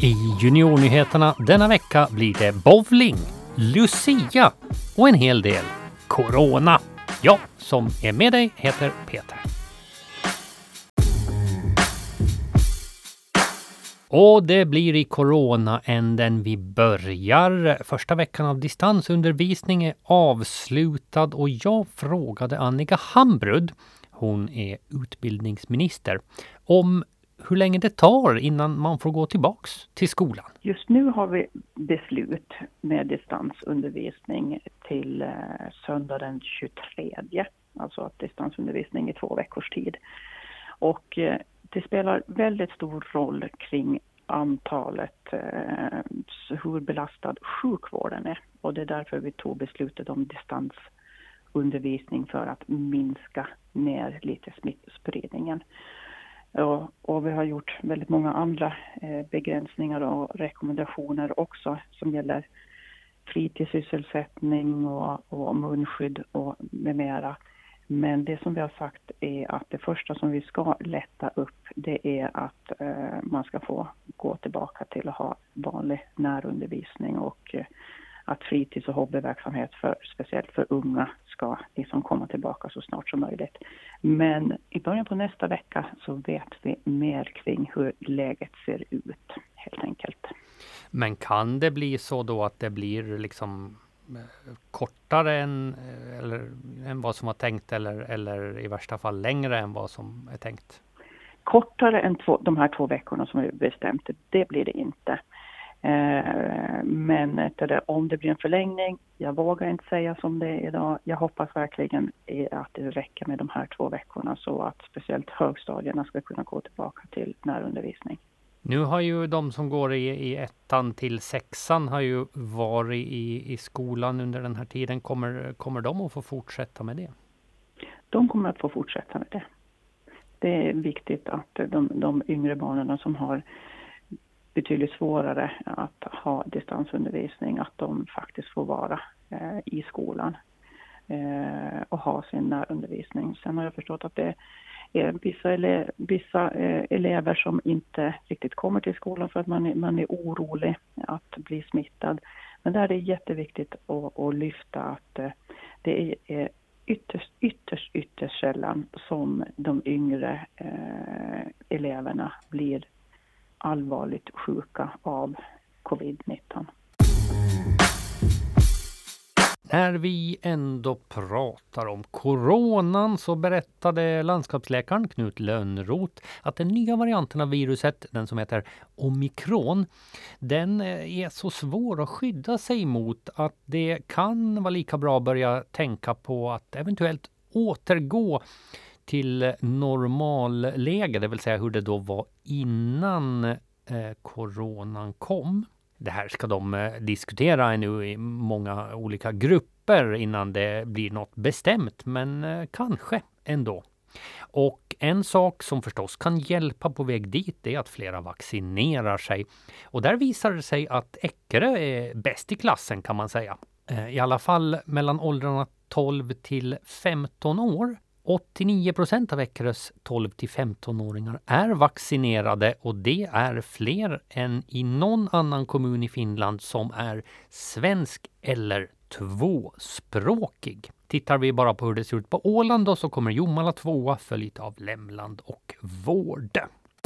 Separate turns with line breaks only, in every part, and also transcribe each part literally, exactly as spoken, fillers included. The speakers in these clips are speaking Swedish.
I juniornyheterna denna vecka blir det bowling, Lucia och en hel del corona. Jag som är med dig heter Peter. Och det blir i corona-änden vi börjar. Första veckan av distansundervisning är avslutad och jag frågade Annika Hambrud, hon är utbildningsminister, om hur länge det tar innan man får gå tillbaks till skolan.
Just nu har vi beslut med distansundervisning till eh, söndag den tjugotredje. Alltså att distansundervisning i två veckors tid. Och eh, det spelar väldigt stor roll kring antalet, eh, hur belastad sjukvården är. Och det är därför vi tog beslutet om distansundervisning för att minska ner lite smittspridningen. Och, och vi har gjort väldigt många andra eh, begränsningar och rekommendationer också som gäller fritidssysselsättning och, och munskydd och med mera. Men det som vi har sagt är att det första som vi ska lätta upp, det är att eh, man ska få gå tillbaka till att ha vanlig närundervisning och eh, att fritids- och hobbyverksamhet för, speciellt för unga ska liksom komma tillbaka så snart som möjligt. Men i början på nästa vecka så vet vi mer kring hur läget ser ut helt enkelt.
Men kan det bli så då att det blir liksom kortare än, eller, än vad som var tänkt eller, eller i värsta fall längre än vad som är tänkt?
Kortare än två, de här två veckorna som vi bestämt, det blir det inte. Eh, men det, om det blir en förlängning, jag vågar inte säga som det är idag. Jag hoppas verkligen att det räcker med de här två veckorna så att speciellt högstadierna ska kunna gå tillbaka till närundervisning.
Nu har ju de som går i, i ettan till sexan har ju varit i, i skolan under den här tiden. Kommer, kommer de att få fortsätta med det?
De kommer att få fortsätta med det. Det är viktigt att de, de yngre barnen som har betydligt svårare att ha distansundervisning, att de faktiskt får vara eh, i skolan eh, och ha sin närundervisning. Sen har jag förstått att det är vissa, ele- vissa eh, elever som inte riktigt kommer till skolan för att man är, man är orolig att bli smittad. Men där är det jätteviktigt att, att lyfta att eh, det är ytterst, ytterst, ytterst sällan som de yngre eh, eleverna blir allvarligt sjuka av covid nitton.
När vi ändå pratar om coronan så berättade landskapsläkaren Knut Lönnroth att den nya varianten av viruset, den som heter omikron, den är så svår att skydda sig mot att det kan vara lika bra att börja tänka på att eventuellt återgå till normalläge, det vill säga hur det då var innan eh, coronan kom. Det här ska de eh, diskutera nu i många olika grupper innan det blir något bestämt, men eh, kanske ändå. Och en sak som förstås kan hjälpa på väg dit är att flera vaccinerar sig. Och där visar det sig att Eckerö är bäst i klassen kan man säga. Eh, I alla fall mellan åldrarna tolv till femton år. åttionio procent av Eckerös tolv till femton-åringar är vaccinerade och det är fler än i någon annan kommun i Finland som är svensk eller tvåspråkig. Tittar vi bara på hur det ser ut på Åland då, så kommer Jomala tvåa följt av Lämland och Vård.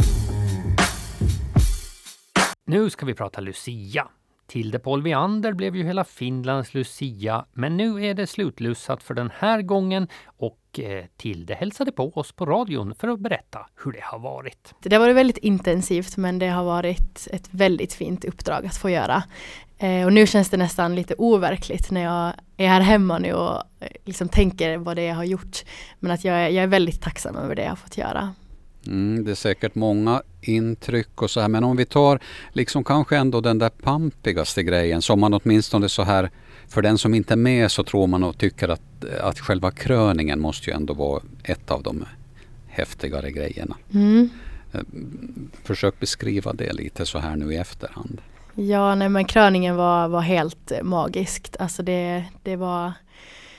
Nu ska vi prata Lucia. Tilde Polviander blev ju hela Finlands Lucia, men nu är det slutlussat för den här gången och eh, Tilde hälsade på oss på radion för att berätta hur det har varit.
Det har varit väldigt intensivt, men det har varit ett väldigt fint uppdrag att få göra. Eh, och nu känns det nästan lite overkligt när jag är här hemma nu och eh, liksom tänker vad det är jag har gjort. Men att jag, jag är väldigt tacksam över det jag har fått göra.
Mm, det är säkert många intryck och så här, men om vi tar liksom kanske ändå den där pampigaste grejen som man åtminstone så här, för den som inte är med så tror man och tycker att, att själva kröningen måste ju ändå vara ett av de häftigare grejerna.
Mm.
Försök beskriva det lite så här nu i efterhand.
Ja, nej, men kröningen var, var helt magiskt. Alltså det, det var...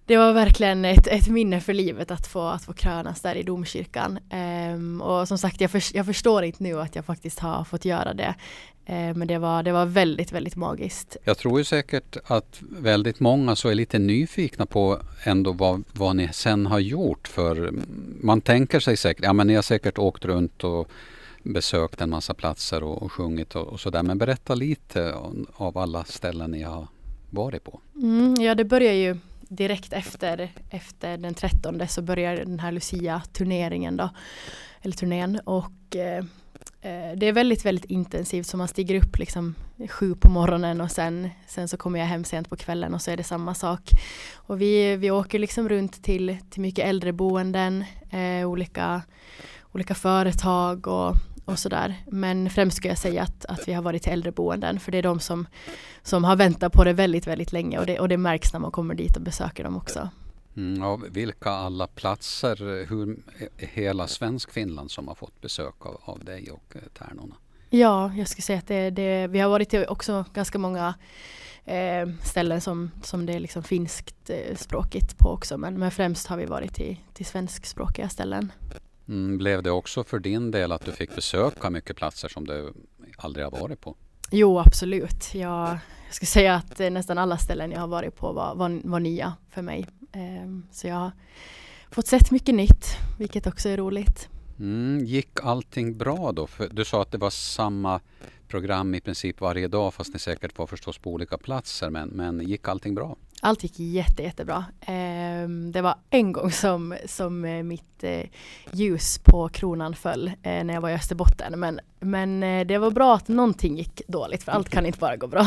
det var verkligen ett, ett minne för livet att få, att få krönas där i domkyrkan. Um, och som sagt, jag, för, jag förstår inte nu att jag faktiskt har fått göra det. Uh, men det var, det var väldigt, väldigt magiskt.
Jag tror ju säkert att väldigt många så är lite nyfikna på ändå vad, vad ni sen har gjort. För man tänker sig säkert, ja men ni har säkert åkt runt och besökt en massa platser och, och sjungit och, och sådär. Men berätta lite av alla ställen ni har varit på.
Mm, ja, det börjar ju direkt efter, efter den trettonde så börjar den här Lucia-turneringen då, eller turnén, och eh, det är väldigt, väldigt intensivt, så man stiger upp liksom sju på morgonen och sen, sen så kommer jag hem sent på kvällen och så är det samma sak. Och vi, vi åker liksom runt till, till mycket äldreboenden, eh, olika, olika företag och och sådär. Men främst ska jag säga att, att vi har varit till äldreboenden, för det är de som, som har väntat på det väldigt, väldigt länge, och det, och det märks när man kommer dit och besöker dem också.
Mm, av vilka alla platser, hur hela svensk Finland som har fått besök av, av dig och eh, Tärnorna?
Ja, jag skulle säga att det, det, vi har varit till också ganska många eh, ställen som, som det är liksom finskt eh, språkigt på också, men, men främst har vi varit till, till svenskspråkiga ställen.
Mm, blev det också för din del att du fick besöka mycket platser som du aldrig har varit på?
Jo, absolut. Jag, jag skulle säga att eh, nästan alla ställen jag har varit på var, var, var nya för mig. Eh, så jag har fått sett mycket nytt, vilket också är roligt.
Mm, gick allting bra då? För du sa att det var samma program i princip varje dag, fast ni säkert var förstås på olika platser. Men, men gick allting bra?
Allt gick jätte, jättebra. Eh, det var en gång som, som eh, mitt eh, ljus på kronan föll eh, när jag var i Österbotten. Men, men eh, det var bra att någonting gick dåligt, för allt kan inte bara gå bra.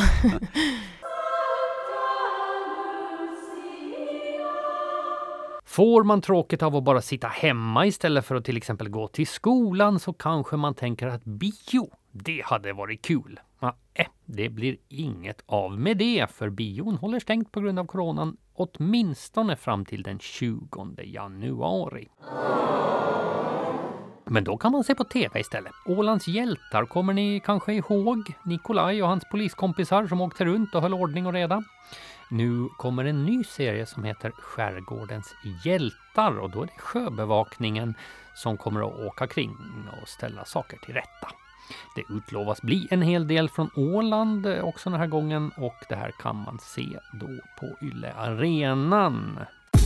Får man tråkigt av att bara sitta hemma istället för att till exempel gå till skolan, så kanske man tänker att bio, det hade varit kul. Ja, äh, det blir inget av med det, för bion håller stängt på grund av coronan åtminstone fram till den tjugonde januari. Men då kan man se på tv istället. Ålands hjältar kommer ni kanske ihåg. Nikolaj och hans poliskompisar som åkte runt och höll ordning och reda. Nu kommer en ny serie som heter Skärgårdens hjältar, och då är det sjöbevakningen som kommer att åka kring och ställa saker till rätta. Det utlovas bli en hel del från Åland också den här gången, och det här kan man se då på Yle Arenan.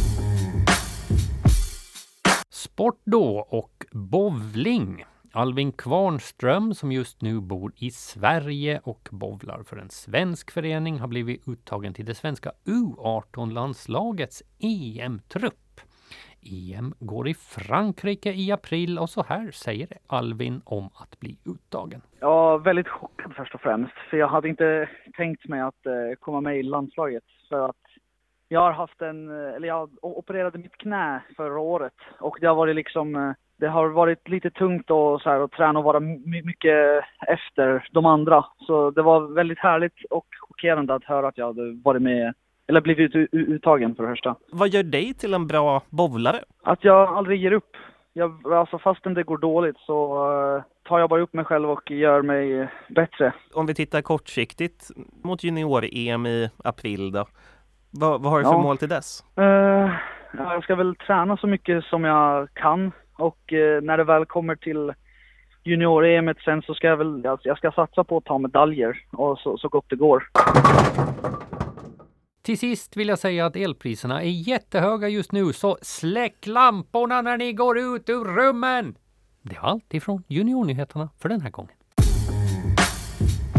Sport då, och bowling. Alvin Kvarnström, som just nu bor i Sverige och bowlar för en svensk förening, har blivit uttagen till det svenska U arton-landslagets E M-trupp. E M går i Frankrike i april, och så här säger Alvin om att bli uttagen.
Jag var väldigt chockad först och främst, för jag hade inte tänkt mig att eh, komma med i landslaget, för att jag har haft en, eller jag opererade mitt knä förra året, och det har varit liksom, det har varit lite tungt och så här, att träna och vara my- mycket efter de andra. Så det var väldigt härligt och chockerande att höra att jag hade varit med, eller blivit ut- uttagen för det första.
Vad gör dig till en bra bowlare?
Att jag aldrig ger upp. Jag, alltså fastän det går dåligt så uh, tar jag bara upp mig själv och gör mig bättre.
Om vi tittar kortsiktigt mot junior-E M i april då. Vad, vad har du för
ja.
mål till dess?
Uh, ja, jag ska väl träna så mycket som jag kan, och uh, när det väl kommer till junior-E M sen så ska jag väl, alltså, jag ska satsa på att ta medaljer och så, så gott det går.
Till sist vill jag säga att elpriserna är jättehöga just nu, så släck lamporna när ni går ut ur rummen! Det var allt ifrån Juniornyheterna för den här gången.